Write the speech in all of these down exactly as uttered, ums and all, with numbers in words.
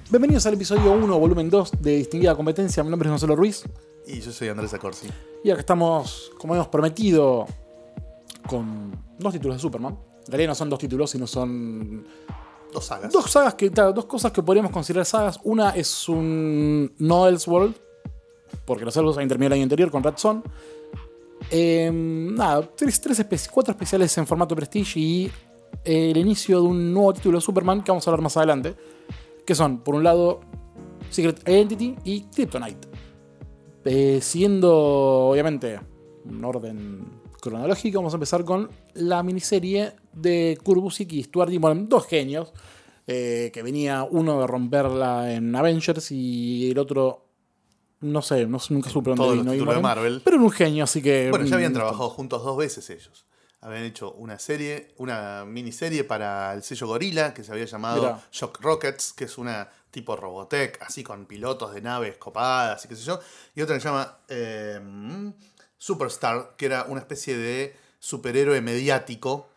Bienvenidos al episodio uno, volumen dos de Distinguida Competencia. Mi nombre es Gonzalo Ruiz. Y yo soy Andrés Acorsi. Y acá estamos, como hemos prometido, con dos títulos de Superman. En realidad no son dos títulos, sino son... Dos sagas. Dos sagas, que, claro, dos cosas que podríamos considerar sagas. Una es un No Elseworld, porque los Elseworlds habían terminado el año anterior con Red Son. Eh, nada, tres, tres espe- cuatro especiales en formato Prestige y eh, el inicio de un nuevo título de Superman que vamos a hablar más adelante. Que son, por un lado, Secret Identity y Kryptonite. Eh, siguiendo, obviamente, un orden cronológico, vamos a empezar con la miniserie de Kurt Busiek y Stuart Immonen, dos genios, eh, que venía uno de romperla en Avengers y el otro, no sé, no, nunca supe dónde Todos vino los títulos de Immonen, Marvel. pero era un genio, así que... Bueno, ya habían mm, trabajado juntos dos veces ellos. Habían hecho una serie, una miniserie para el sello Gorilla, que se había llamado Mirá. Shock Rockets, que es una tipo Robotech, así con pilotos de naves copadas y qué sé yo. Y otra que se llama eh, Superstar, que era una especie de superhéroe mediático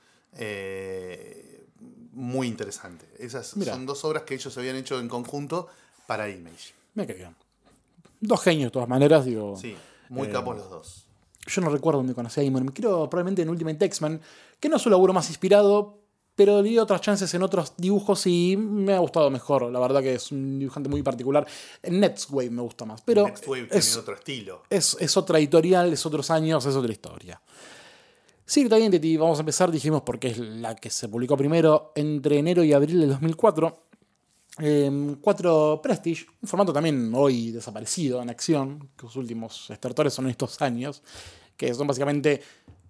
eh, muy interesante. Esas Mirá. son dos obras que ellos habían hecho en conjunto para Image. Me quedé. Dos genios, de todas maneras, digo... Sí, muy eh, capos los dos. Yo no recuerdo dónde conocí a Immonen. Creo probablemente en Ultimate X-Men, que no es su laburo más inspirado, pero le di otras chances en otros dibujos y me ha gustado mejor. La verdad que es un dibujante muy particular. En Next Wave me gusta más, pero Next Wave es, tiene otro estilo. es, es otra editorial, es otros años, es otra historia. Secret Identity, vamos a empezar, dijimos, porque es la que se publicó primero entre enero y abril del dos mil cuatro. Eh, cuatro Prestige, un formato también hoy desaparecido en acción, que los últimos estertores son estos años, que son básicamente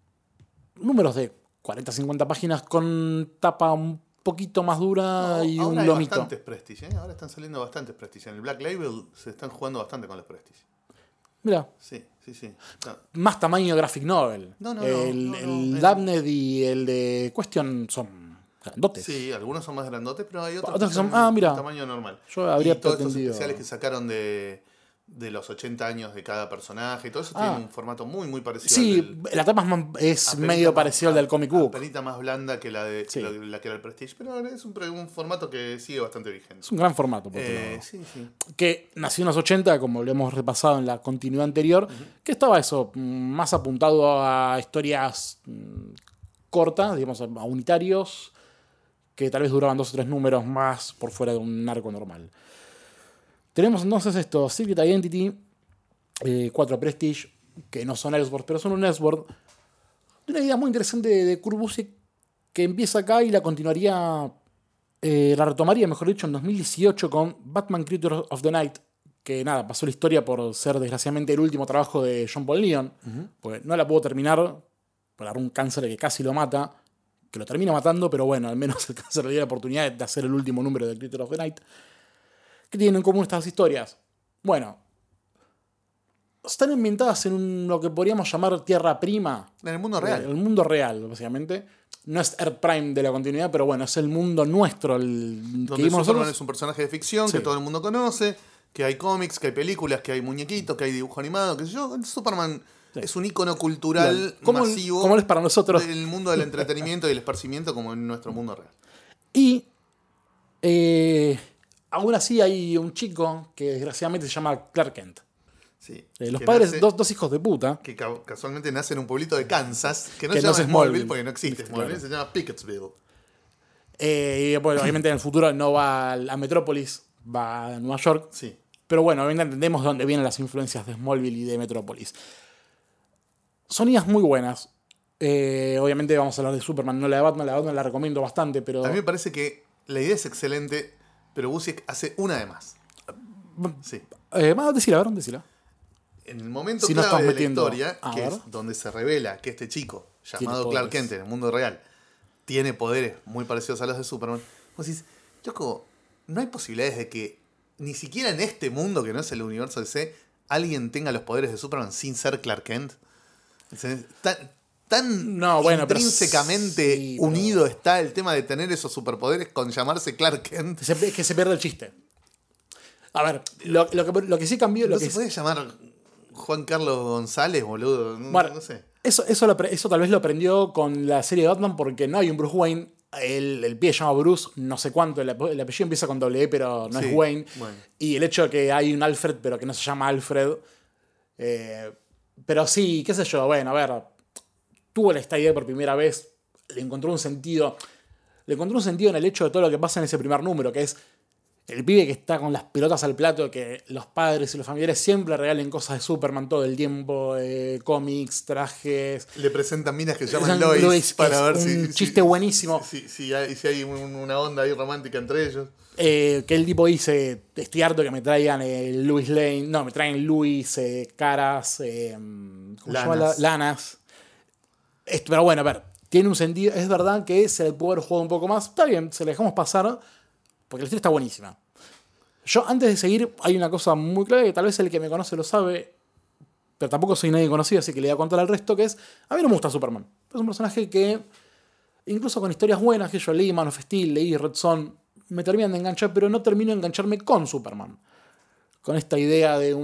números de cuarenta a cincuenta páginas con tapa un poquito más dura No, y ahora un hay lomito. bastantes Prestige, ¿eh? Ahora están saliendo bastantes Prestige. En el Black Label se están jugando bastante con los Prestige. Mira, Sí, sí, sí. No. más tamaño graphic novel. No, no, no, el no, no, el el- Damned y el de Question son grandotes. Sí, algunos son más grandotes, pero hay otros, Otros que que son- son ah, mira. de tamaño normal. Yo habría y todos estos pretendido- especiales que sacaron de, de los ochenta años de cada personaje y todo eso Ah. tienen un formato muy, muy parecido Sí, al del... la tapa es, más- es apenita medio más- parecido al del comic book. apenita más blanda que la, de, Sí. que la, la que era el Prestige, pero es un, pre- un formato que sigue bastante vigente. Es un gran formato, por otro Eh, lado. sí, sí. Que nació en los ochenta, como lo hemos repasado en la continuidad anterior, que estaba eso, mm, más apuntado a historias mm, cortas, digamos, a unitarios, que tal vez duraban dos o tres números más por fuera de un arco normal. Tenemos entonces esto, Secret Identity, eh, cuatro Prestige, que no son Elseworlds, pero son un Elseworld, de una idea muy interesante de, de Kurt Busiek, que empieza acá y la continuaría, eh, la retomaría, mejor dicho, en dos mil dieciocho con Batman Creature of the Night, que nada, pasó la historia por ser desgraciadamente el último trabajo de John Paul Leon, porque no la pudo terminar por un cáncer que casi lo mata, que lo termina matando, pero bueno, al menos el cáncer le dio la oportunidad de hacer el último número de Creature of the Night. ¿Qué tienen en común estas historias? Bueno, están ambientadas en un- lo que podríamos llamar Tierra Prima. En el mundo real. El mundo real, básicamente. No es Earth Prime de la continuidad, pero bueno, es el mundo nuestro, el que Donde vimos Superman nosotros. es un personaje de ficción Sí. que todo el mundo conoce, que hay cómics, que hay películas, que hay muñequitos, que hay dibujo animado, qué sé yo. Superman Sí. es un icono cultural Como, masivo como es para nosotros. del mundo del entretenimiento y el esparcimiento como en nuestro mundo real. Y eh, aún así hay un chico que desgraciadamente se llama Clark Kent. Sí. Eh, los Que padres, nace- dos, dos hijos de puta. que ca- casualmente nace en un pueblito de Kansas, que no Que se no llama es Smallville, Smallville. porque no existe Claro. Smallville, se llama Pickettsville. Eh, y bueno, obviamente en el futuro no va a Metrópolis, va a Nueva York. Sí. Pero bueno, obviamente entendemos de dónde vienen las influencias de Smallville y de Metrópolis. Son ideas muy buenas. Eh, obviamente vamos a hablar de Superman, no la de Batman. La de Batman la recomiendo bastante, pero... A mí me parece que la idea es excelente, pero Busiek hace una de más. Sí. Eh, más, decila, a ver, decila. En el momento Si no clave estás de la metiendo- historia, a que ver. es donde se revela que este chico, llamado Tiene Clark poderes. Kent en el mundo real, tiene poderes muy parecidos a los de Superman, vos decís, loco, no hay posibilidades de que ni siquiera en este mundo, que no es el universo D C, alguien tenga los poderes de Superman sin ser Clark Kent. ¿Entendés? Tan, tan No, bueno, pero intrínsecamente sí, pero- unido está el tema de tener esos superpoderes con llamarse Clark Kent. Que se, que se pierde el chiste. A ver, lo, lo que, lo que sí cambió... Lo ¿No que se puede llamar Juan Carlos González, boludo? No, Bueno, no sé. Eso, eso, lo, eso tal vez lo aprendió con la serie de Batman porque no hay un Bruce Wayne El, el pibe se llama Bruce, no sé cuánto, el, el apellido empieza con doble E, pero no Sí, es Wayne. bueno. Y el hecho de que hay un Alfred, pero que no se llama Alfred. Eh, pero sí, qué sé yo, bueno, a ver. Tuvo esta idea por primera vez, le encontró un sentido. Le encontró un sentido en el hecho de todo lo que pasa en ese primer número, que es el pibe que está con las pelotas al plato, que los padres y los familiares siempre regalen cosas de Superman todo el tiempo, eh, cómics, trajes. Le presentan minas que se llaman Llaman Lois, Lois, para es ver un si... chiste si- buenísimo. Si, si- si hay, si hay un- una onda ahí romántica entre ellos. Eh, que el tipo dice, estoy harto que me traigan eh, Louis Lane, no, me traen Louis, eh, caras, eh, ¿cómo se llama? Lanas. La- Lanas. Esto, pero bueno, a ver, tiene un sentido, es verdad que se le puede haber jugado un poco más, está bien, se le dejamos pasar, porque la historia está buenísima. Yo, antes de seguir, hay una cosa muy clara que tal vez el que me conoce lo sabe, pero tampoco soy nadie conocido, así que le voy a contar al resto, que es, a mí no me gusta Superman. Es un personaje que, incluso con historias buenas que yo leí, Man of Steel, leí Red Son, me terminan de enganchar, pero no termino de engancharme con Superman. Con esta idea de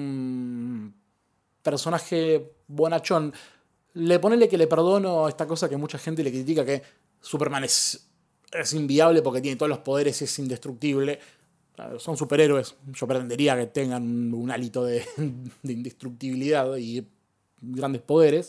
un personaje bonachón. Le ponele que le perdono esta cosa que mucha gente le critica, que Superman es, es inviable porque tiene todos los poderes y es indestructible. Son superhéroes, yo pretendería que tengan un hálito de, de indestructibilidad y grandes poderes.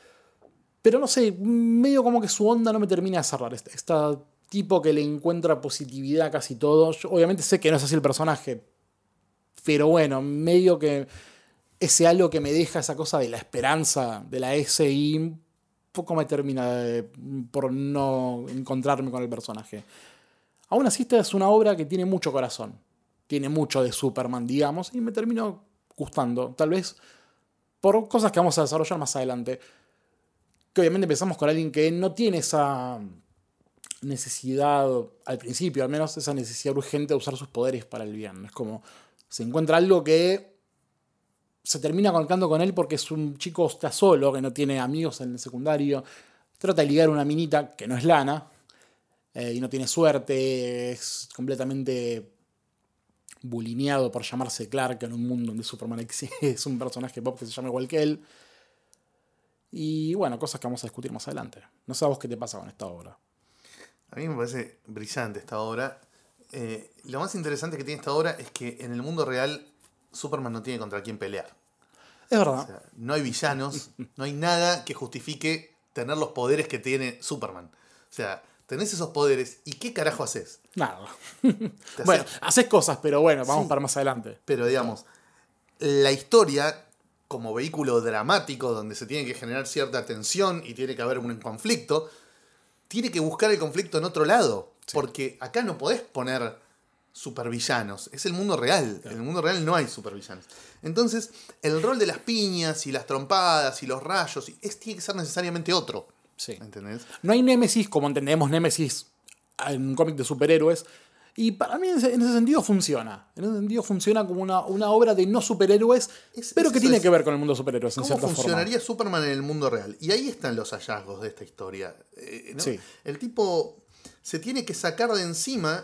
Pero no sé, medio como que su onda no me termina de cerrar. Este, este tipo que le encuentra positividad a casi todo. Yo obviamente sé que no es así el personaje, pero bueno, medio que ese halo que me deja esa cosa de la esperanza, de la S I, un poco me termina de, por no encontrarme con el personaje. Aún así, esta es una obra que tiene mucho corazón. Tiene mucho de Superman, digamos, y me terminó gustando. Tal vez por cosas que vamos a desarrollar más adelante. Que obviamente empezamos con alguien que no tiene esa necesidad, al principio al menos, esa necesidad urgente de usar sus poderes para el bien. Es como, se encuentra algo que se termina conectando con él porque es un chico que está solo, que no tiene amigos en el secundario. Trata de ligar a una minita que no es Lana. Eh, y no tiene suerte, es completamente bulineado por llamarse Clark en un mundo donde Superman es un personaje pop que se llama igual que él. Y bueno, cosas que vamos a discutir más adelante. No sé a vos qué te pasa con esta obra. A mí me parece brillante esta obra. Eh, lo más interesante que tiene esta obra es que en el mundo real Superman no tiene contra quién pelear. Es verdad. O sea, no hay villanos, no hay nada que justifique tener los poderes que tiene Superman. O sea, tenés esos poderes y ¿qué carajo haces? Nada. Te Bueno, haces- haces cosas, pero bueno, vamos Sí. para más adelante. Pero digamos, la historia como vehículo dramático donde se tiene que generar cierta tensión y tiene que haber un conflicto, tiene que buscar el conflicto en otro lado. Sí. Porque acá no podés poner supervillanos. Es el mundo real. En el mundo real no hay supervillanos. Entonces, el rol de las piñas y las trompadas y los rayos es, tiene que ser necesariamente otro. Sí. ¿Entendés? No hay Némesis como entendemos Némesis en un cómic de superhéroes. Y para mí en ese, en ese sentido funciona. En ese sentido funciona como una, una obra de no superhéroes, Es- pero es que eso, tiene es- que ver con el mundo de superhéroes en ¿Cómo cierta funcionaría forma. Superman en el mundo real? Y ahí están los hallazgos de esta historia. Eh, ¿no? Sí. El tipo se tiene que sacar de encima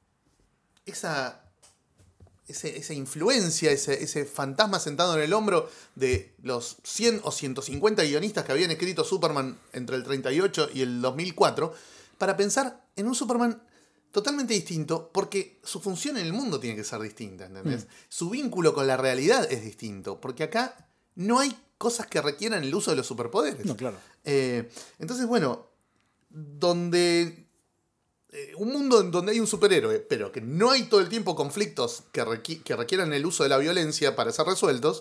esa, ese- esa influencia, ese, ese fantasma sentado en el hombro de los cien o ciento cincuenta guionistas que habían escrito Superman entre el treinta y ocho y el dos mil cuatro, para pensar en un Superman totalmente distinto, porque su función en el mundo tiene que ser distinta, ¿entendés? Mm. Su vínculo con la realidad es distinto, porque acá no hay cosas que requieran el uso de los superpoderes. No, claro. Eh, entonces, bueno, donde eh, un mundo en donde hay un superhéroe, pero que no hay todo el tiempo conflictos que, requi- que requieran el uso de la violencia para ser resueltos,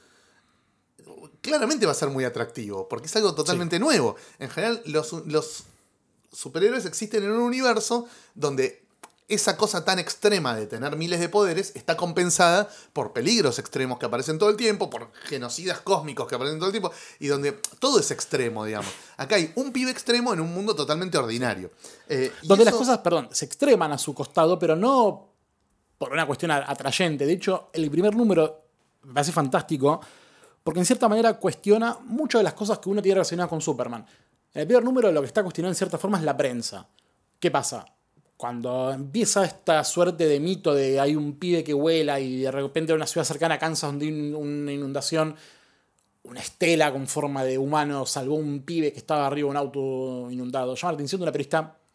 claramente va a ser muy atractivo, porque es algo totalmente nuevo. En general, los, los superhéroes existen en un universo donde esa cosa tan extrema de tener miles de poderes está compensada por peligros extremos que aparecen todo el tiempo, por genocidas cósmicos que aparecen todo el tiempo, y donde todo es extremo, digamos. Acá hay un pibe extremo en un mundo totalmente ordinario. Eh, y Donde eso- las cosas, perdón, se extreman a su costado, pero no por una cuestión a- atrayente. De hecho, el primer número me parece fantástico, porque en cierta manera cuestiona muchas de las cosas que uno tiene relacionadas con Superman. En el primer número lo que está cuestionando en cierta forma es la prensa. ¿Qué pasa? Cuando empieza esta suerte de mito de hay un pibe que vuela y de repente en una ciudad cercana a Kansas donde hay un- una inundación, una estela con forma de humano salvó a un pibe que estaba arriba de un auto inundado. Llama la atención de una periodista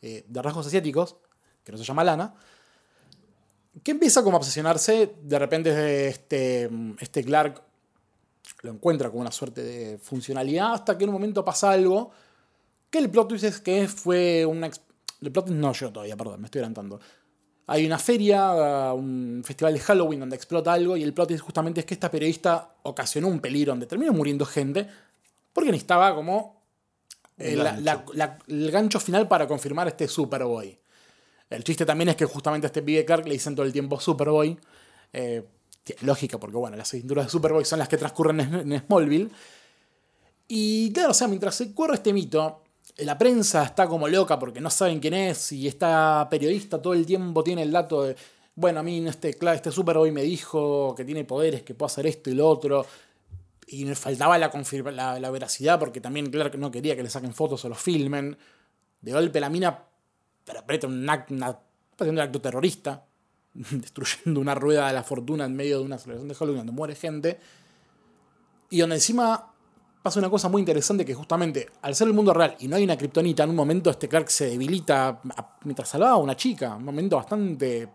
eh, de rasgos asiáticos, que no se llama Lana, que empieza como a obsesionarse. De repente este, este Clark lo encuentra como una suerte de funcionalidad, hasta que en un momento pasa algo que el plot twist es que fue una... El plot twist no yo todavía, perdón, me estoy adelantando. Hay una feria, un festival de Halloween donde explota algo, y el plot twist justamente es que esta periodista ocasionó un peligro donde terminó muriendo gente porque necesitaba como eh, la, la, la, el gancho final para confirmar este Superboy. El chiste también es que justamente a este pibe Clark le dicen todo el tiempo Superboy. Eh, lógica, porque bueno, las aventuras de Superboy son las que transcurren en, en Smallville. Y claro, o sea, mientras se corre este mito, la prensa está como loca porque no saben quién es, y esta periodista todo el tiempo tiene el dato de, bueno, a mí este, este Superboy me dijo que tiene poderes, que puede hacer esto y lo otro, y me faltaba la, la, la veracidad porque también Clark no quería que le saquen fotos o los filmen. De golpe la mina perpetra un acto, una, un acto terrorista, destruyendo una rueda de la fortuna en medio de una celebración de Halloween donde muere gente, y donde encima pasa una cosa muy interesante, que justamente al ser el mundo real y no hay una kriptonita, en un momento este Clark se debilita mientras salvaba a una chica, un momento bastante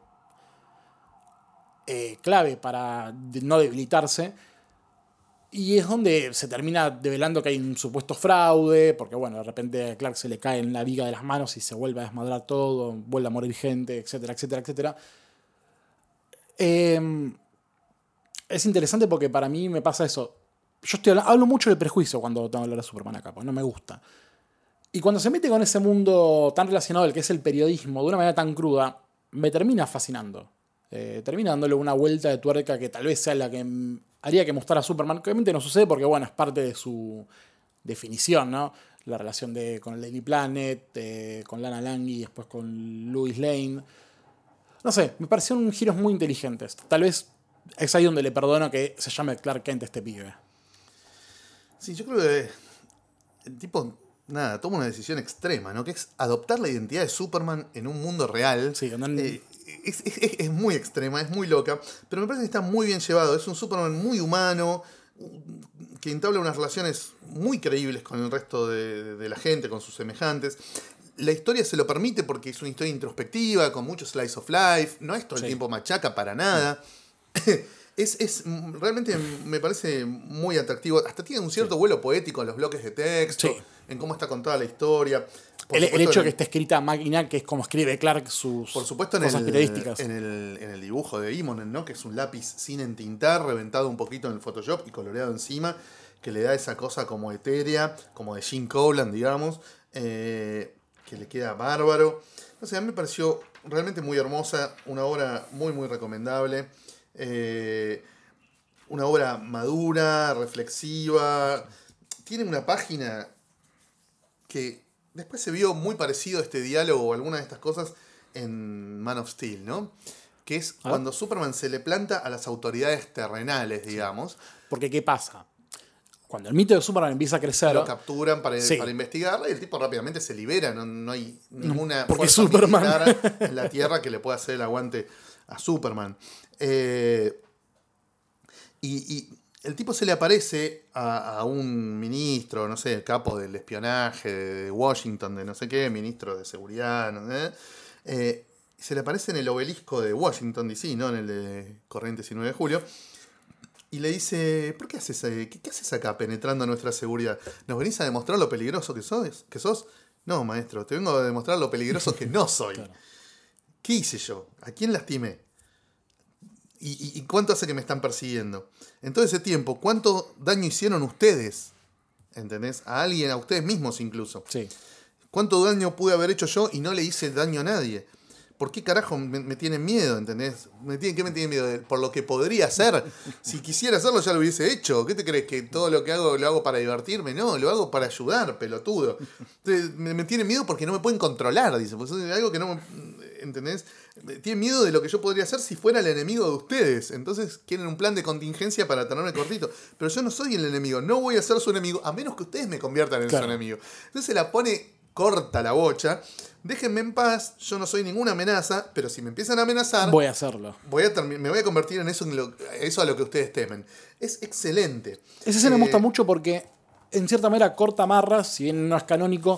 eh, clave para no debilitarse, y es donde se termina develando que hay un supuesto fraude, porque bueno, de repente a Clark se le cae en la viga de las manos y se vuelve a desmadrar todo, vuelve a morir gente, etcétera, etcétera, etcétera. Eh, es interesante porque para mí me pasa eso. Yo estoy hablando, hablo mucho de prejuicio cuando tengo que hablar de Superman acá, porque no me gusta. Y cuando se mete con ese mundo tan relacionado, el que es el periodismo, de una manera tan cruda, me termina fascinando. Eh, termina dándole una vuelta de tuerca que tal vez sea la que haría que me gustara Superman, que obviamente no sucede porque, bueno, es parte de su definición, ¿no? La relación de, con el Daily Planet, eh, con Lana Lang y después con Lois Lane. No sé, me parecieron giros muy inteligentes. Tal vez es ahí donde le perdono que se llame Clark Kent este pibe. Sí, yo creo que el tipo, nada, toma una decisión extrema, ¿no? Que es adoptar la identidad de Superman en un mundo real. Sí, no... eh, es, es, es muy extrema, es muy loca, pero me parece que está muy bien llevado. Es un Superman muy humano, que entabla unas relaciones muy creíbles con el resto de, de la gente, con sus semejantes. La historia se lo permite porque es una historia introspectiva, con mucho slice of life, no es todo el sí. tiempo machaca para nada. Sí. Es, es realmente me parece muy atractivo. Hasta tiene un cierto sí. vuelo poético en los bloques de texto, sí. en cómo está contada la historia. Por el, el hecho de que esté escrita a máquina, que es como escribe Clark sus por supuesto, en cosas el, periodísticas. En el, en el dibujo de Immonen, ¿no? Que es un lápiz sin entintar, reventado un poquito en el Photoshop y coloreado encima, que le da esa cosa como etérea, como de Gene Colan, digamos, eh, que le queda bárbaro. No sé, a mí me pareció realmente muy hermosa, una obra muy, muy recomendable. Eh, una obra madura, reflexiva. Tiene una página que después se vio muy parecido a este diálogo o alguna de estas cosas en Man of Steel, ¿no? Que es ¿Ah? cuando Superman se le planta a las autoridades terrenales, digamos. Porque ¿qué pasa? Cuando el mito de Superman empieza a crecer... Lo capturan para, sí. para investigarla y el tipo rápidamente se libera. No, no hay ninguna Porque fuerza Superman... militar en la Tierra que le pueda hacer el aguante a Superman. Eh, y, y el tipo se le aparece a, a un ministro, no sé, capo del espionaje de Washington, de no sé qué, ministro de seguridad, no sé, eh, se le aparece en el obelisco de Washington, D C, no en el de Corrientes y nueve de julio, y le dice, ¿por qué haces, qué, qué haces acá penetrando nuestra seguridad? ¿Nos venís a demostrar lo peligroso que sos? ¿Que sos? No, maestro, te vengo a demostrar lo peligroso que no soy. Claro. ¿Qué hice yo? ¿A quién lastimé? ¿Y, y, ¿Y cuánto hace que me están persiguiendo? En todo ese tiempo, ¿cuánto daño hicieron ustedes? ¿Entendés? A alguien, a ustedes mismos incluso. Sí. ¿Cuánto daño pude haber hecho yo y no le hice daño a nadie? ¿Por qué carajo me, me tienen miedo? ¿Entendés? ¿Me tienen, ¿Qué me tienen miedo? ¿Por lo que podría hacer? Si quisiera hacerlo ya lo hubiese hecho. ¿Qué te crees? ¿Que todo lo que hago lo hago para divertirme? No, lo hago para ayudar, pelotudo. Entonces, me, me tienen miedo porque no me pueden controlar, dice. Pues es algo que no me... ¿Entendés? Tienen miedo de lo que yo podría hacer si fuera el enemigo de ustedes. Entonces quieren un plan de contingencia para tenerme cortito. Pero yo no soy el enemigo. No voy a ser su enemigo a menos que ustedes me conviertan en claro. su enemigo. Entonces se la pone corta la bocha. Déjenme en paz. Yo no soy ninguna amenaza. Pero si me empiezan a amenazar... Voy a hacerlo. Voy a me voy a convertir en eso, en lo, eso a lo que ustedes temen. Es excelente. Esa escena eh, me gusta mucho porque en cierta manera corta amarras, si bien no es canónico,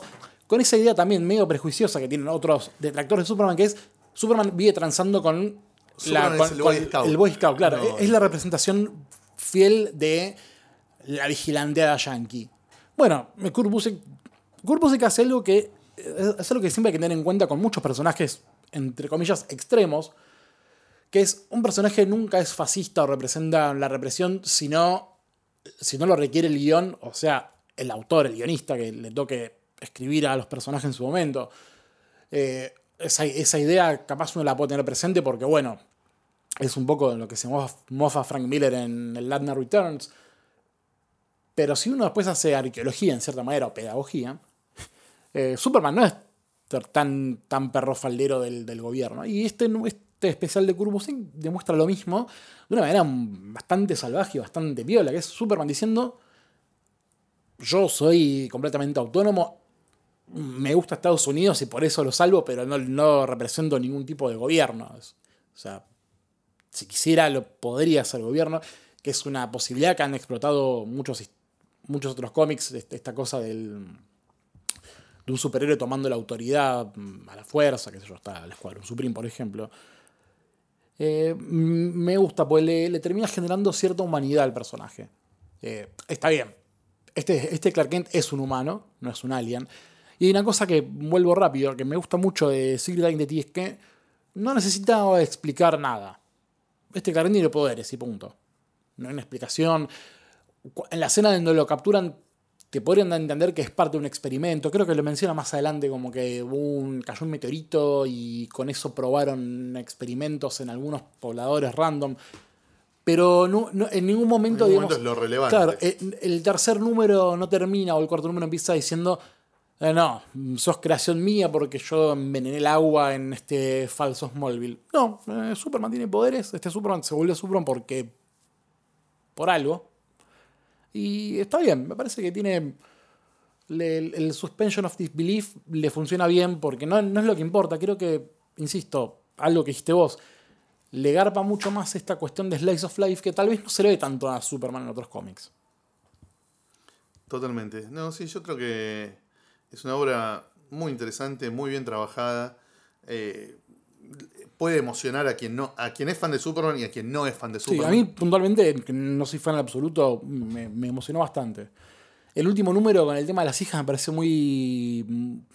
con esa idea también medio prejuiciosa que tienen otros detractores de Superman, que es Superman vive transando con, la, con, es el, con Boy Scout. el Boy Scout. Claro, No, es la representación fiel de la vigilanteada yankee. Bueno, Kurt Busiek, Kurt Busiek hace algo que es algo que siempre hay que tener en cuenta con muchos personajes, entre comillas, extremos, que es un personaje nunca es fascista o representa la represión, sino, si no lo requiere el guión, o sea, el autor, el guionista, que le toque escribir a los personajes en su momento. Eh, esa, esa idea capaz uno la puede tener presente porque, bueno, es un poco lo que se mofa Frank Miller en el Dark Knight Returns. Pero si uno después hace arqueología, en cierta manera, o pedagogía, eh, Superman no es tan, tan perro faldero del, del gobierno. Y este, este especial de Kurt Busiek demuestra lo mismo de una manera bastante salvaje y bastante piola, que es Superman diciendo: yo soy completamente autónomo, me gusta Estados Unidos y por eso lo salvo, pero no, no represento ningún tipo de gobierno. O sea, si quisiera lo podría hacer gobierno, que es una posibilidad que han explotado muchos, muchos otros cómics, esta cosa del, de un superhéroe tomando la autoridad a la fuerza, qué sé yo, está el Escuadrón Supreme, por ejemplo. Eh, me gusta, porque le, le termina generando cierta humanidad al personaje. Eh, está bien. Este, este Clark Kent es un humano, no es un alien. Y hay una cosa que vuelvo rápido, que me gusta mucho de Secret Identity, es que no necesita explicar nada. Este Clark Kent tiene poderes y punto. No hay una explicación. En la escena donde lo capturan, te podrían dar a entender que es parte de un experimento. Creo que lo menciona más adelante como que un, cayó un meteorito y con eso probaron experimentos en algunos pobladores random. Pero no, no, en ningún momento, en ningún digamos, momento es lo relevante. Claro, el, el tercer número no termina, o el cuarto número empieza diciendo: eh, no, sos creación mía porque yo envenené el agua en este falso Smallville. No, eh, Superman tiene poderes. Este Superman se volvió Superman porque por algo. Y está bien, me parece que tiene le, el, el suspension of disbelief le funciona bien porque no, no es lo que importa. Creo que, insisto, algo que dijiste vos, le garpa mucho más esta cuestión de Slice of Life que tal vez no se le ve tanto a Superman en otros cómics. Totalmente. No, sí, yo creo que es una obra muy interesante, muy bien trabajada. Eh, puede emocionar a quien no, a quien es fan de Superman y a quien no es fan de Superman. Sí, a mí puntualmente, que no soy fan en absoluto, me, me emocionó bastante. El último número con el tema de las hijas me pareció muy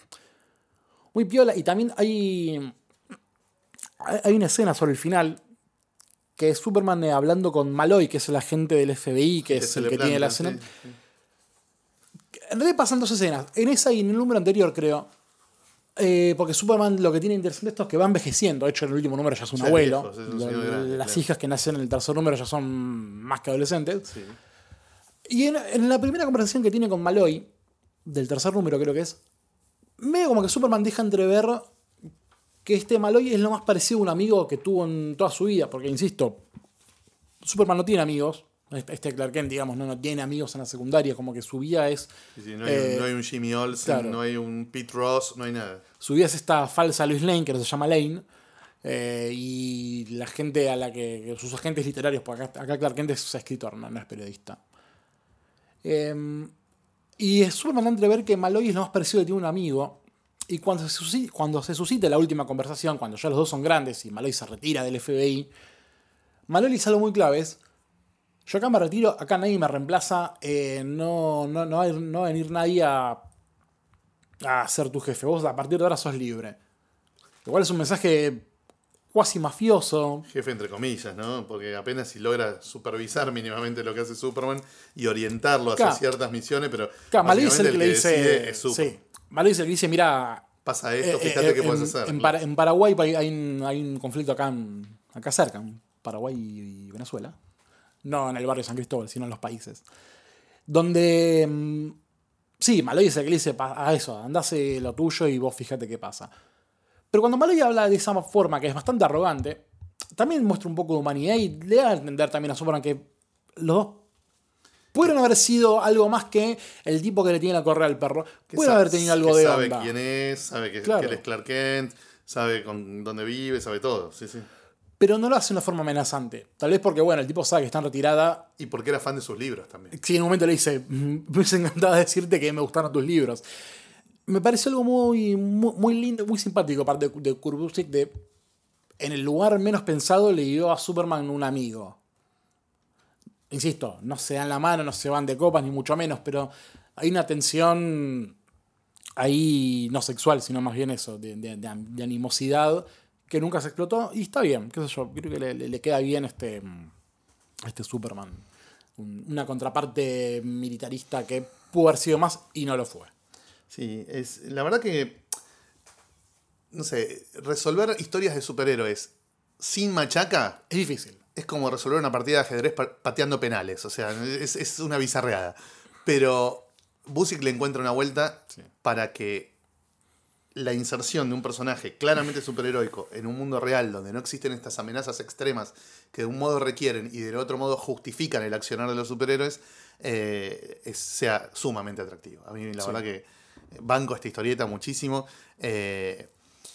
muy piola. Y también hay hay una escena sobre el final que es Superman hablando con Malloy, que es el agente del F B I, que, que es el que planta, tiene la escena. Sí, sí. En realidad pasan dos escenas. En esa y en el número anterior, creo. Eh, porque Superman lo que tiene interesante esto es que va envejeciendo. De hecho, en el último número ya es un ya abuelo. Viejos, es un lo, grande, las claro. hijas que nacen en el tercer número ya son más que adolescentes. Sí. Y en, en la primera conversación que tiene con Malloy, del tercer número creo que es, medio como que Superman deja entrever que este Malloy es lo más parecido a un amigo que tuvo en toda su vida. Porque, insisto, Superman no tiene amigos. Este Clark Kent, digamos, no, no tiene amigos en la secundaria, como que su vida es... Sí, sí, no, hay, eh, no hay un Jimmy Olsen, claro. No hay un Pete Ross, no hay nada. Su vida es esta falsa Lois Lane, que no se llama Lane, eh, y la gente a la que... sus agentes literarios, porque acá, acá Clark Kent es escritor, no, no es periodista. Eh, y es súper mandante ver que Malloy es lo más parecido que tiene un amigo, y cuando se, suscita, cuando se suscita la última conversación, cuando ya los dos son grandes y Malloy se retira del F B I, Malloy dice algo muy clave, es: yo acá me retiro, acá nadie me reemplaza, eh, no, no, no, va, no va a venir nadie a, a ser tu jefe. Vos a partir de ahora sos libre. Igual es un mensaje cuasi mafioso. Jefe entre comillas, ¿no? Porque apenas si logra supervisar mínimamente lo que hace Superman y orientarlo hacia claro. ciertas misiones, pero claro, Malloy es el que le dice, es sí, Malloy es el que dice, mira, pasa esto, eh, fíjate eh, qué en, puedes hacer. En, Para, en Paraguay hay, hay, un, hay un conflicto acá, en, acá cerca, en Paraguay y Venezuela. No en el barrio San Cristóbal, sino en los países. Donde, sí, Malloy es el que le dice a eso, andase lo tuyo y vos fíjate qué pasa. Pero cuando Malloy habla de esa forma, que es bastante arrogante, también muestra un poco de humanidad y le da a entender también a Superman que los dos pudieron haber sido algo más que el tipo que le tiene la correa al perro. Puede haber tenido algo de sabe onda. Quién es, sabe que, claro. que él es Clark Kent, sabe con dónde vive, sabe todo. Sí, sí. Pero no lo hace de una forma amenazante. Tal vez porque, bueno, el tipo sabe que está en retirada. Y porque era fan de sus libros también. Sí, en un momento le dice, me hubiese encantado decirte que me gustaron tus libros. me parece algo muy, muy, muy lindo, muy simpático, aparte de, de Kurt Busiek, de en el lugar menos pensado le dio a Superman un amigo. Insisto, no se dan la mano, no se van de copas, ni mucho menos, pero hay una tensión ahí no sexual, sino más bien eso, de, de, de, de animosidad que nunca se explotó, y está bien, qué sé yo, creo que le, le, le queda bien este, este Superman. Un, una contraparte militarista que pudo haber sido más y no lo fue. Sí, es, la verdad que, no sé, resolver historias de superhéroes sin machaca es difícil. Es como resolver una partida de ajedrez pateando penales, o sea, es, es una bizarreada. Pero Busiek le encuentra una vuelta sí. para que la inserción de un personaje claramente superheroico en un mundo real donde no existen estas amenazas extremas que de un modo requieren y del otro modo justifican el accionar de los superhéroes, eh, es, sea sumamente atractivo. A mí la sí. verdad que banco esta historieta muchísimo. Eh,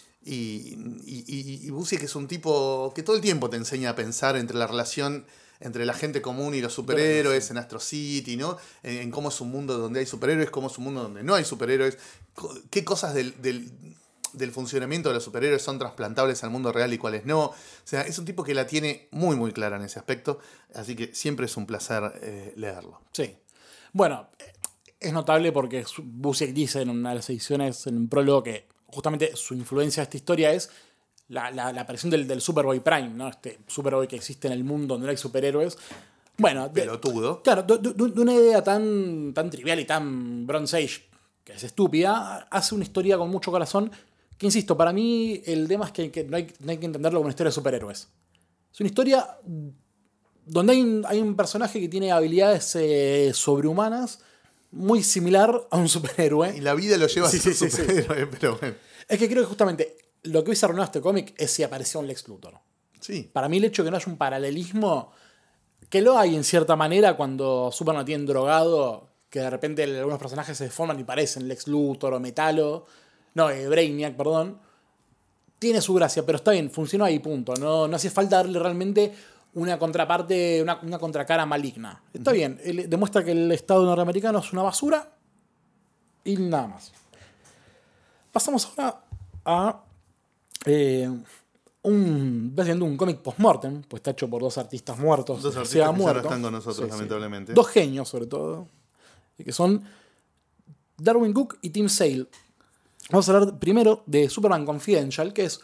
y, y, y Busiek es un tipo que todo el tiempo te enseña a pensar entre la relación entre la gente común y los superhéroes, sí. en Astro City, ¿no? En, en cómo es un mundo donde hay superhéroes, cómo es un mundo donde no hay superhéroes, qué cosas del, del, del funcionamiento de los superhéroes son trasplantables al mundo real y cuáles no. O sea, es un tipo que la tiene muy, muy clara en ese aspecto, así que siempre es un placer eh, leerlo. Sí. Bueno, es notable porque Busiek dice en una de las ediciones, en un prólogo, que justamente su influencia de esta historia es La, la, la aparición del, del Superboy Prime, ¿no? Este Superboy que existe en el mundo donde no hay superhéroes. Bueno, de, pelotudo. Claro, de, de, de una idea tan, tan trivial y tan Bronze Age, que es estúpida, hace una historia con mucho corazón. Que insisto, para mí el tema es que, que no, hay, no hay que entenderlo como una historia de superhéroes. Es una historia donde hay un, hay un personaje que tiene habilidades eh, sobrehumanas, muy similar a un superhéroe. Y la vida lo lleva sí, a ser sí, superhéroe, sí, sí. pero bueno. Es que creo que justamente lo que hubiese arruinado este cómic es si apareció un Lex Luthor. Sí. Para mí el hecho de que no haya un paralelismo, que lo hay en cierta manera cuando Superman lo tienen drogado, que de repente algunos personajes se deforman y parecen Lex Luthor o Metalo, no, eh, Brainiac, perdón, tiene su gracia, pero está bien, funcionó ahí, punto. No, no hacía falta darle realmente una contraparte, una, una contracara maligna. Está uh-huh. bien, él demuestra que el Estado norteamericano es una basura y nada más. Pasamos ahora a Eh, un, viendo un cómic post-mortem, pues está hecho por dos artistas muertos. Dos artistas que ya no están con nosotros, sí, lamentablemente. Sí. Dos genios, sobre todo, que son Darwyn Cooke y Tim Sale. Vamos a hablar primero de Superman Confidential, que es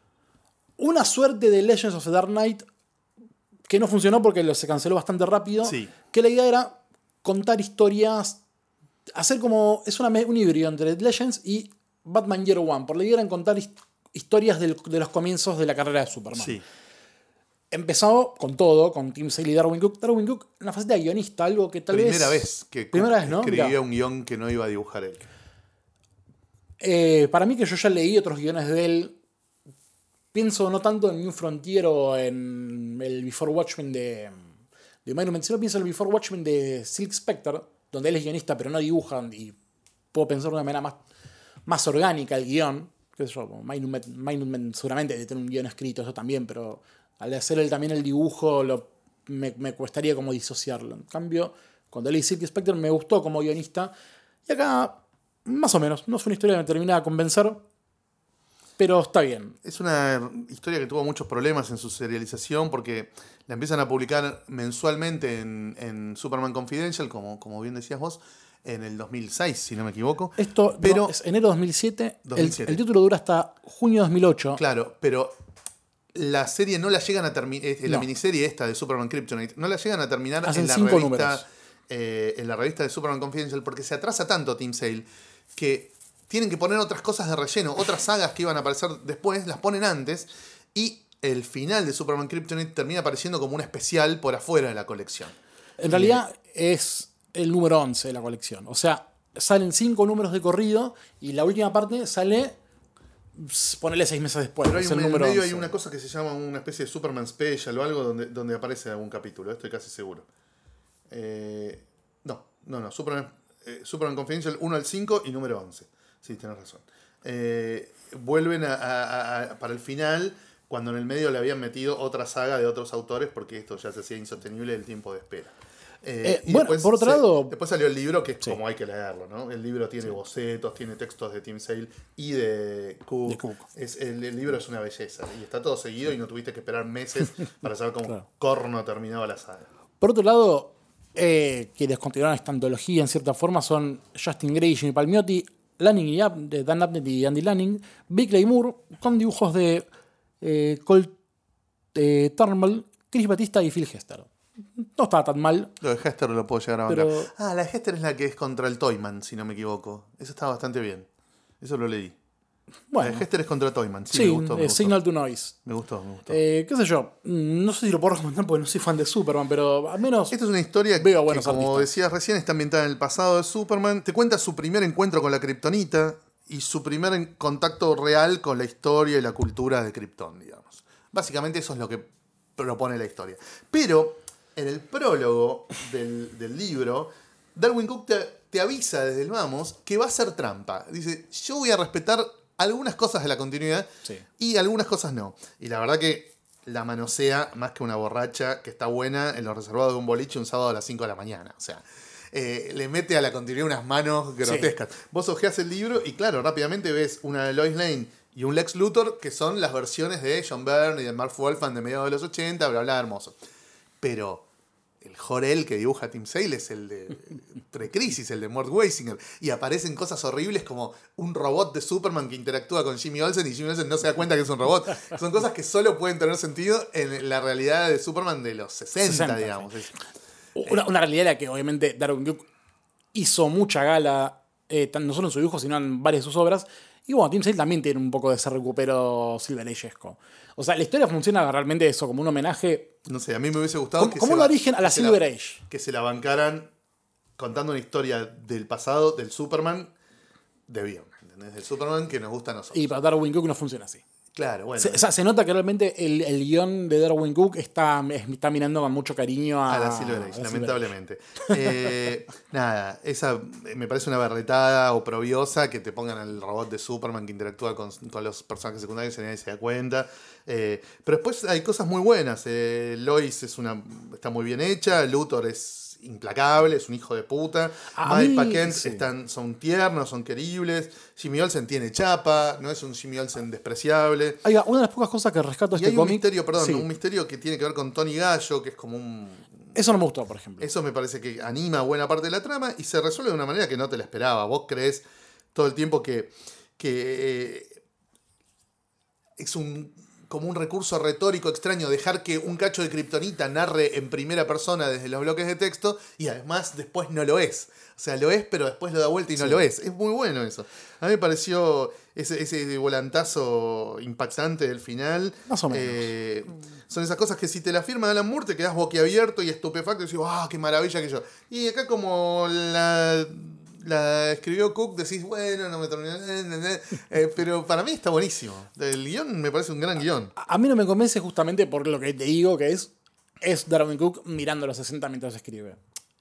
una suerte de Legends of the Dark Knight que no funcionó porque se canceló bastante rápido. Sí. Que la idea era contar historias, hacer como, es una, un híbrido entre Legends y Batman Year One. Por la idea era contar historias historias del, de los comienzos de la carrera de Superman. Sí. Empezó con todo, con Tim Sale y Darwyn Cooke. Darwyn Cooke, en la faceta de guionista, algo que tal Primera vez... vez que Primera Cook vez, ¿no? escribía Mirá. un guión que no iba a dibujar él. Eh, para mí, que yo ya leí otros guiones de él, pienso no tanto en New Frontier o en el Before Watchmen de, de Monument, sino pienso en el Before Watchmen de Silk Spectre, donde él es guionista pero no dibuja, y puedo pensar de una manera más, más orgánica el guión. Qué sé yo, Minutemen seguramente debe tener un guión escrito, eso también, pero al hacer él también el dibujo lo, me, me cuestaría como disociarlo. En cambio, cuando leí Silk Spectre me gustó como guionista, y acá más o menos, no es una historia que me termina de convencer, pero está bien. Es una historia que tuvo muchos problemas en su serialización porque la empiezan a publicar mensualmente en, en Superman Confidential, como, como bien decías vos, en el dos mil seis, si no me equivoco. Esto pero, no, es enero de dos mil siete. dos mil siete. El, el título dura hasta junio de dos mil ocho. Claro, pero la serie no la llegan a terminar. La no. miniserie esta de Superman Kryptonite no la llegan a terminar Hacen en la cinco revista. Eh, en la revista de Superman Confidential porque se atrasa tanto Tim Sale que tienen que poner otras cosas de relleno, otras sagas que iban a aparecer después, las ponen antes, y el final de Superman Kryptonite termina apareciendo como un especial por afuera de la colección. En realidad es el número once de la colección. O sea, salen cinco números de corrido y la última parte sale, ponele seis meses después. Pero hay es un, el en número medio once. hay una cosa que se llama una especie de Superman Special o algo donde, donde aparece algún capítulo, estoy casi seguro. Eh, no, no, no, Superman, eh, Superman Confidential uno al cinco y número once. Sí, tienes razón. Eh, vuelven a, a, a, para el final, cuando en el medio le habían metido otra saga de otros autores porque esto ya se hacía insostenible el tiempo de espera. Eh, Eh, y bueno, después por otro se- lado- Después salió el libro, que es Sí. como hay que leerlo, ¿no? El libro tiene bocetos, tiene textos de Tim Sale y de Cook. De Cook. Es, el, el libro es una belleza. Y está todo seguido y no tuviste que esperar meses para saber cómo Claro. corno terminaba la saga. Por otro lado, eh, quienes continuaron esta antología en cierta forma son Justin Gray y Jimmy Palmiotti, Lanning y Ab- de Dan Abnett y Andy Lanning, Bickley Moore, con dibujos de eh, Colt eh, Turnbull, Chris Batista y Phil Hester. No estaba tan mal. Lo de Hester lo puedo llegar a bancar. Pero- Ah, la de Hester es la que es contra el Toyman, si no me equivoco. Eso está bastante bien. Eso lo leí. Bueno, La de Hester es contra Toyman. Sí, sí, me gustó, me eh, gustó. Signal to Noise. Me gustó, me gustó. Eh, ¿Qué sé yo? Mm, No sé si lo puedo recomendar porque no soy fan de Superman, pero al menos. Esta es una historia Veo que, buenos como artistas. decías recién, está ambientada en el pasado de Superman. Te cuenta su primer encuentro con la Kryptonita y su primer en- contacto real con la historia y la cultura de Krypton, digamos. Básicamente eso es lo que propone la historia. Pero en el prólogo del, del libro, Darwyn Cook te, te avisa desde el vamos que va a ser trampa. Dice, yo voy a respetar algunas cosas de la continuidad Sí. y algunas cosas no. Y la verdad que la manosea más que una borracha que está buena en lo reservado de un boliche un sábado a las cinco de la mañana. O sea, eh, le mete a la continuidad unas manos grotescas. Vos hojeás el libro y claro, rápidamente ves una Lois Lane y un Lex Luthor que son las versiones de John Byrne y de Mark Wolfman de mediados de los ochenta, bla, bla, hermoso. Pero el Jor-El que dibuja Tim Sale es el de Pre-Crisis, el de Mort Weisinger. Y aparecen cosas horribles como un robot de Superman que interactúa con Jimmy Olsen y Jimmy Olsen no se da cuenta que es un robot. Son cosas que solo pueden tener sentido en la realidad de Superman de los sesenta, sesenta, digamos. sí. Una, una realidad en la que obviamente Darwin Cook hizo mucha gala, eh, tan- no solo en su dibujo, sino en varias de sus obras. Y bueno, Tim Sale también tiene un poco de ese recupero Silver Age-esco. O sea, la historia funciona realmente eso, como un homenaje, No sé, a mí me hubiese gustado como, que como se un ba- origen a la que se Silver Age. que se la bancaran contando una historia del pasado del Superman de bien, ¿entendés? Del Superman que nos gusta a nosotros. Y para Darwin Cook no funciona así. Claro, bueno. Se, o sea, se nota que realmente el, el guión de Darwin Cook está, está mirando con mucho cariño a, A la Silver Age, a la Silver lamentablemente. Eh, nada, esa me parece una berretada oprobiosa que te pongan al robot de Superman que interactúa con, con los personajes secundarios y nadie se da cuenta. Eh, pero después hay cosas muy buenas. Eh, Lois es una, está muy bien hecha, Luthor es implacable, es un hijo de puta. A Mike mí, Paquette sí. están, son tiernos, son queribles. Jimmy Olsen tiene chapa, no es un Jimmy Olsen despreciable. Hay una de las pocas cosas que rescato de Y este hay un cómic. misterio, perdón, sí, un misterio que tiene que ver con Tony Gallo, que es como un eso no me gustó, por ejemplo. eso me parece que anima buena parte de la trama y se resuelve de una manera que no te la esperaba. Vos crees todo el tiempo que, que eh, es un, como un recurso retórico extraño dejar que un cacho de kriptonita narre en primera persona desde los bloques de texto y además después no lo es. O sea, lo es, pero después lo da vuelta y no Sí. lo es. Es muy bueno eso. A mí me pareció ese, ese volantazo impactante del final. Más o menos. Eh, son esas cosas que si te la firma Alan Moore te quedas boquiabierto y estupefacto y decís, ¡ah, qué maravilla que yo! Y acá como la, la escribió Cook decís, bueno, no me terminó... Eh, pero para mí está buenísimo. El guión me parece un gran guión. A a mí no me convence justamente por lo que te digo que es, es Darwin Cook mirando los sesenta mientras escribe.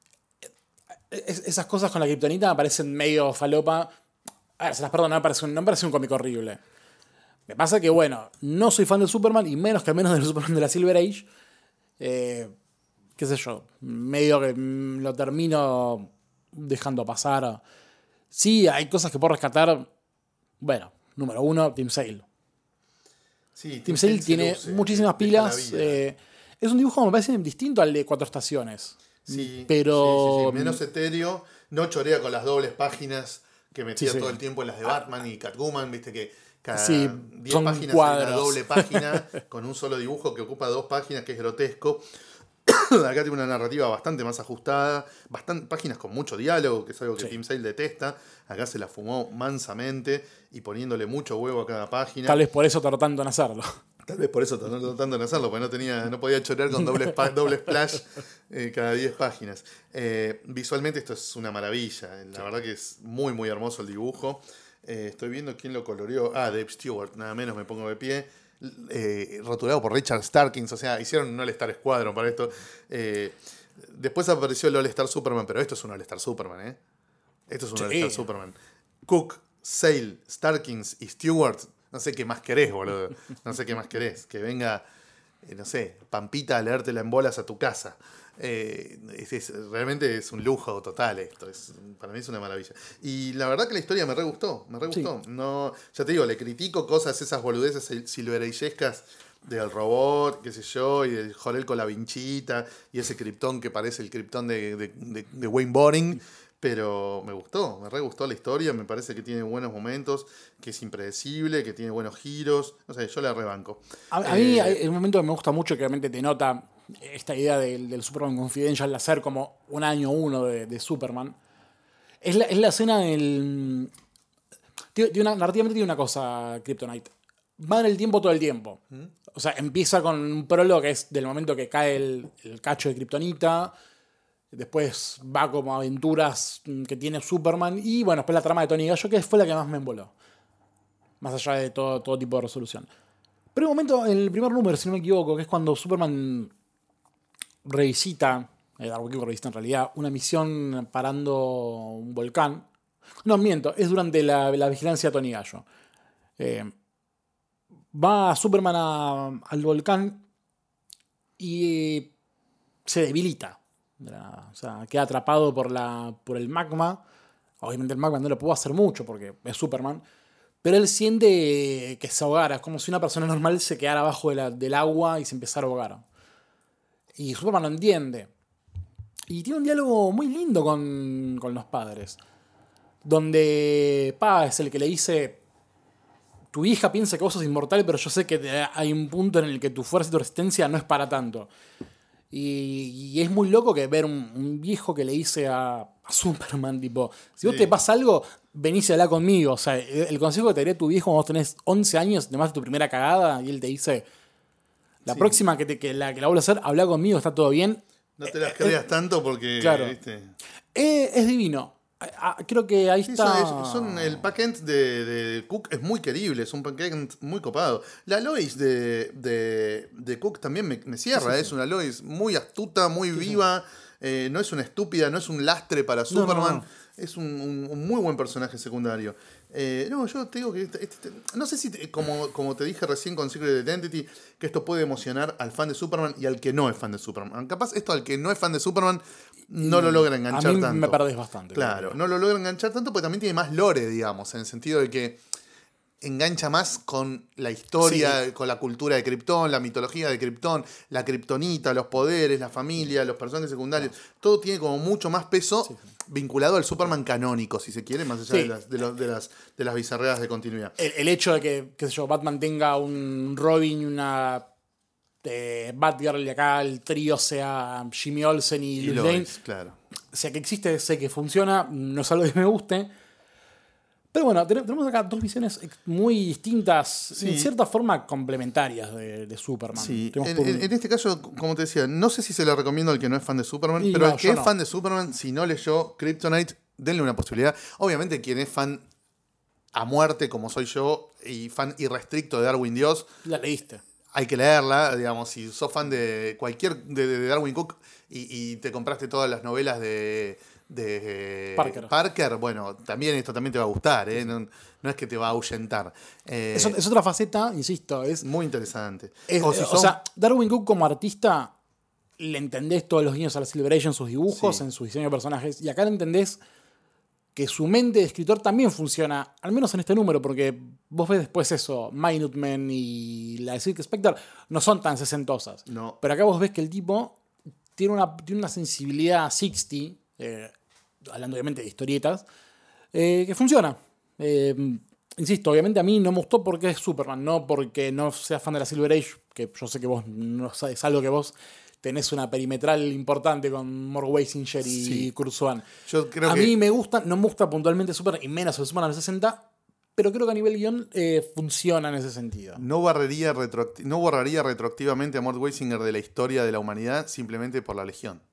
Es- esas cosas con la kriptonita me parecen medio falopa. A ver, se las perdono, no me parece un, no me parece un cómic horrible. Me pasa que, bueno, no soy fan de Superman y menos que menos del Superman de la Silver Age. Eh, qué sé yo, medio que mm, lo termino dejando pasar. Sí, hay cosas que puedo rescatar. Bueno, número uno, Tim Sale. Sí, Tim Sale se tiene luce, muchísimas deja la pilas. vida. eh, es un dibujo, me parece, distinto al de Cuatro Estaciones. Sí, pero- sí, sí, sí. Menos etéreo, no chorea con las dobles páginas que metía Sí, sí. todo el tiempo en las de Batman y Catwoman, viste que cada Sí, diez son páginas hay cuadros. una doble página con un solo dibujo que ocupa dos páginas, que es grotesco. Acá tiene una narrativa bastante más ajustada, bastante, páginas con mucho diálogo, que es algo que Sí. Tim Sale detesta. Acá se la fumó mansamente y poniéndole mucho huevo a cada página. Tal vez por eso tardó tanto en hacerlo. Tal vez por eso tardó tratando en hacerlo, porque no tenía, no podía chorear con doble, spa- doble splash eh, cada diez páginas. Eh, visualmente esto es una maravilla. La verdad que es muy, muy hermoso el dibujo. Eh, estoy viendo quién lo coloreó. Ah, Dave Stewart, nada menos me pongo de pie. Eh, rotulado por Richard Starkins, o sea, hicieron un All-Star Squadron para esto. Eh, después apareció el All-Star Superman, pero esto es un All-Star Superman, ¿eh? Esto es un Sí. All-Star Superman. Cook, Sale, Starkins y Stewart. No sé qué más querés, boludo. No sé qué más querés. Que venga eh, no sé, Pampita a leértela en bolas a tu casa. Eh, es, es, realmente es un lujo total esto. Es, para mí es una maravilla. Y la verdad que la historia me re gustó. Me re gustó. Sí. No, ya te digo, le critico cosas, esas boludeces silvereyescas del robot, qué sé yo, y del Jorel con la vinchita, y ese Krypton que parece el Krypton de, de, de, de Wayne Boring. Pero me gustó, me re gustó la historia, me parece que tiene buenos momentos, que es impredecible, que tiene buenos giros. No sé, yo la rebanco. A, a eh, mí hay un momento que me gusta mucho, que realmente te nota esta idea del, del Superman Confidential de hacer como un año uno de, de Superman. Es la, es la escena del... Tiene una, narrativamente tiene una cosa, Kryptonite. Va en el tiempo todo el tiempo. ¿Mm? O sea, empieza con un prólogo que es del momento que cae el, el cacho de Kryptonita. Después va como aventuras que tiene Superman. Y bueno, después la trama de Tony Gallo, que fue la que más me emboló. Más allá de todo, todo tipo de resolución. Pero un momento, en el primer número, si no me equivoco, que es cuando Superman revisita, eh, Darwin Cook revisita en realidad, una misión parando un volcán. No, miento, es durante la, la vigilancia de Tony Gallo. Eh, va Superman a, al volcán y se debilita. O sea, queda atrapado por, la, por el magma. Obviamente el magma no le pudo hacer mucho porque es Superman. Pero él siente que se ahogara. Es como si una persona normal se quedara abajo de la, del agua y se empezara a ahogar. Y Superman lo entiende. Y tiene un diálogo muy lindo con, con los padres. Donde Pa es el que le dice: tu hija piensa que vos sos inmortal, pero yo sé que hay un punto en el que tu fuerza y tu resistencia no es para tanto. Y, y es muy loco que ver un, un viejo que le dice a, a Superman, tipo, si vos sí. te pasa algo, venís y hablá conmigo. O sea, el, el consejo que te daría tu viejo cuando vos tenés once años, te das tu primera cagada, y él te dice, la sí. próxima que, te, que, la, que la vuelva a hacer, hablá conmigo, está todo bien. No te las creas eh, tanto porque... Claro. ¿viste? Eh, es divino. Creo que ahí sí, está... Son, son, el backend de, de Cook es muy querible, es un backend muy copado. La Lois de, de, de Cook también me, me cierra, sí, sí, es sí. una Lois muy astuta, muy sí, viva, sí. Eh, no es una estúpida, no es un lastre para Superman, no, no, no. es un, un, un muy buen personaje secundario. Eh, no, yo te digo que... Este, este, no sé si, te, como, como te dije recién con Secret Identity, que esto puede emocionar al fan de Superman y al que no es fan de Superman. Capaz esto al que no es fan de Superman no y lo logra enganchar a mí tanto. Me perdés bastante. Claro, claro, no lo logra enganchar tanto porque también tiene más lore, digamos, en el sentido de que engancha más con la historia, sí. con la cultura de Krypton, la mitología de Krypton, la Kryptonita, los poderes, la familia, los personajes secundarios. No. Todo tiene como mucho más peso sí, sí. vinculado al Superman canónico, si se quiere, más allá sí. de, las, de, los, de, las, de las bizarreadas de continuidad. El, el hecho de que, qué sé yo, Batman tenga un Robin y una eh, Batgirl y acá el trío sea Jimmy Olsen y, y Lois Lane. Claro. O sea que existe, sé que funciona, no es algo que me guste. Pero bueno, tenemos acá dos visiones muy distintas, sí. en cierta forma complementarias de, de Superman. Sí. En, por... en este caso, como te decía, no sé si se lo recomiendo al que no es fan de Superman, y pero no, al que es no. fan de Superman, si no leyó Kryptonite, denle una posibilidad. Obviamente quien es fan a muerte, como soy yo, y fan irrestricto de Darwin Dios... La leíste. Hay que leerla, digamos, si sos fan de cualquier... de, de Darwin Cook y, y te compraste todas las novelas de... de Parker. Parker, bueno, también esto también te va a gustar, ¿eh? no, no es que te va a ahuyentar. Eh, es, es otra faceta, insisto, es... Muy interesante. Es, o, si son... o sea, Darwin Cook como artista, le entendés todos los guiños a la Silver Age en sus dibujos, sí. en su diseño de personajes, y acá le entendés que su mente de escritor también funciona, al menos en este número, porque vos ves después eso, Minutemen y la de Silk Spectre no son tan sesentosas. No. Pero acá vos ves que el tipo tiene una, tiene una sensibilidad sesenta, eh, hablando obviamente de historietas, eh, que funciona. Eh, insisto, obviamente a mí no me gustó porque es Superman, no porque no seas fan de la Silver Age, que yo sé que vos no sabes algo que vos tenés una perimetral importante con Mort Weisinger y sí. Kurt Swan. Yo creo a que... mí me gusta, no me gusta puntualmente Superman, y menos el Superman de los sesenta, pero creo que a nivel guión eh, funciona en ese sentido. No borraría, retroacti- no borraría retroactivamente a Mort Weisinger de la historia de la humanidad simplemente por la Legión.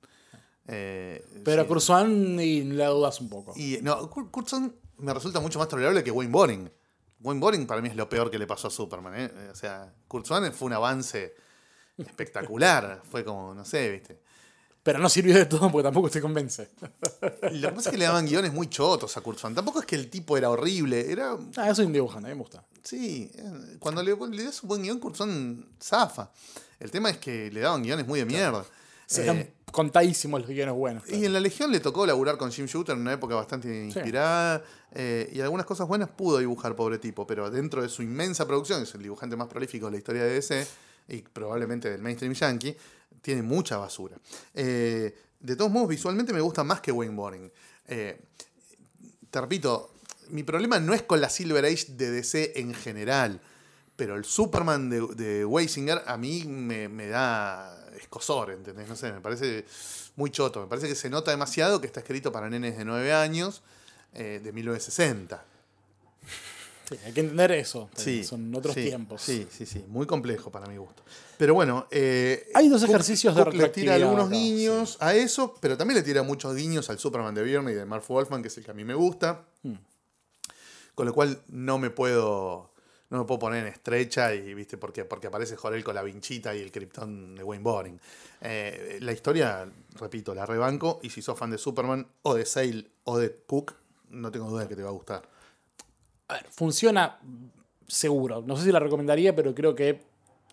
Eh, pero sí. Kurt Swan y la dudas un poco. Y, no, Kurt, Kurt Swan me resulta mucho más tolerable que Wayne Boring. Wayne Boring para mí es lo peor que le pasó a Superman. ¿eh? O sea, Kurt Swan fue un avance espectacular. Fue como, no sé, ¿viste? Pero no sirvió de todo porque tampoco te convence. Lo que pasa es que le daban guiones muy chotos a Kurt Swan. Tampoco es que el tipo era horrible. Era... Ah, eso es un dibujante, a mí me gusta. Sí, cuando le, le das un buen guión, Kurt Swan zafa. El tema es que le daban guiones muy de mierda. Serán eh, contadísimos los guiones buenos. Claro. Y en la Legión le tocó laburar con Jim Shooter en una época bastante inspirada. Sí. Eh, y algunas cosas buenas pudo dibujar, pobre tipo. Pero dentro de su inmensa producción, es el dibujante más prolífico de la historia de D C y probablemente del mainstream yankee, tiene mucha basura. Eh, de todos modos, visualmente me gusta más que Wayne Boring. Eh, te repito, mi problema no es con la Silver Age de D C en general. Pero el Superman de, de Weisinger a mí me, me da escozor, ¿entendés? No sé, me parece muy choto. Me parece que se nota demasiado que está escrito para nenes de nueve años, eh, de mil novecientos sesenta. Sí, hay que entender eso. Sí, son otros sí, tiempos. Sí, sí, sí. Muy complejo para mi gusto. Pero bueno, eh, hay dos ejercicios Cook, de Cook le tira algunos acá, guiños sí. a eso, pero también le tira muchos guiños al Superman de Byrne y de Marv Wolfman, que es el que a mí me gusta. Hmm. Con lo cual no me puedo... No me puedo poner en estrecha y viste porque, porque aparece Jor-El con la vinchita y el Krypton de Wayne Boring. Eh, la historia, repito, la rebanco. Y si sos fan de Superman o de Sale o de Cook, no tengo duda de que te va a gustar. A ver, funciona seguro. No sé si la recomendaría, pero creo que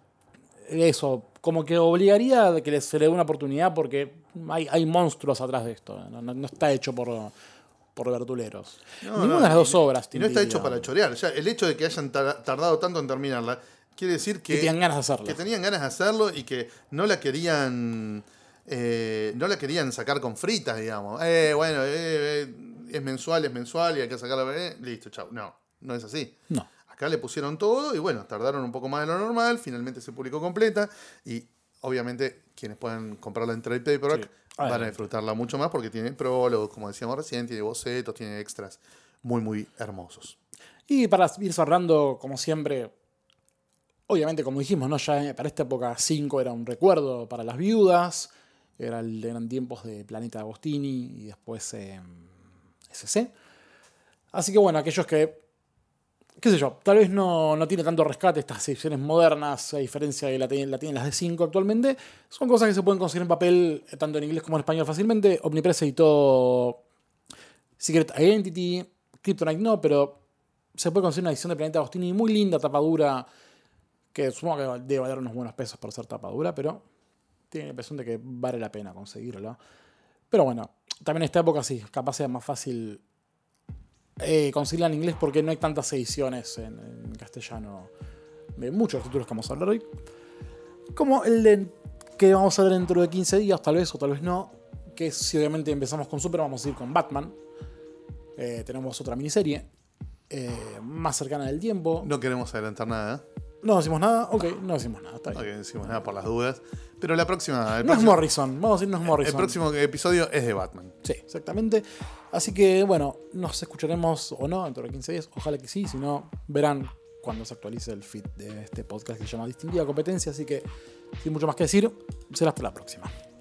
eso, como que obligaría a que se le dé una oportunidad porque hay, hay monstruos atrás de esto. No, no, no está hecho por... por verduleros. No, Ninguna no, de las dos obras. Y no está hecho para chorear. O sea, el hecho de que hayan tardado tanto en terminarla quiere decir que, que tenían ganas de hacerlo. Que tenían ganas de hacerlo y que no la querían eh, no la querían sacar con fritas, digamos. Eh, bueno, eh, eh, es mensual, es mensual y hay que sacarla. Eh, listo, chao. No, no es así. No. Acá le pusieron todo y bueno, tardaron un poco más de lo normal. Finalmente se publicó completa y obviamente quienes puedan comprarla en trade paperback sí. Van a disfrutarla mucho más porque tiene prólogos, como decíamos recién, tiene bocetos, tiene extras muy, muy hermosos. Y para ir cerrando, como siempre, obviamente, como dijimos, ¿no? Ya para esta época cinco era un recuerdo para las viudas, era el, eran tiempos de Planeta Agostini y después eh, S C. Así que bueno, aquellos que, qué sé yo, tal vez no, no tiene tanto rescate estas ediciones modernas, a diferencia de la tienen, la tienen las de cinco actualmente, son cosas que se pueden conseguir en papel, tanto en inglés como en español fácilmente. Omnipress editó Secret Identity, Kryptonite no, pero se puede conseguir una edición de Planeta Agostini muy linda, tapadura, que supongo que debe valer unos buenos pesos por ser tapadura, pero tiene la impresión de que vale la pena conseguirlo. Pero bueno, también en esta época sí, capaz sea más fácil Eh, conseguirla en inglés porque no hay tantas ediciones en, en castellano de muchos títulos que vamos a hablar hoy, como el de, que vamos a ver dentro de quince días, tal vez o tal vez no, que si obviamente empezamos con Super, vamos a ir con Batman. Eh, tenemos otra miniserie eh, más cercana del tiempo. No queremos adelantar nada. No decimos nada, ok, no decimos nada, está bien. No decimos nada por las dudas. Pero la próxima... No próximo, es Morrison, vamos a decir no es Morrison. El próximo episodio es de Batman. Sí, exactamente. Así que, bueno, nos escucharemos o no dentro de quince días. Ojalá que sí, si no, verán cuando se actualice el feed de este podcast que se llama Distintiva Competencia. Así que, sin mucho más que decir, será hasta la próxima.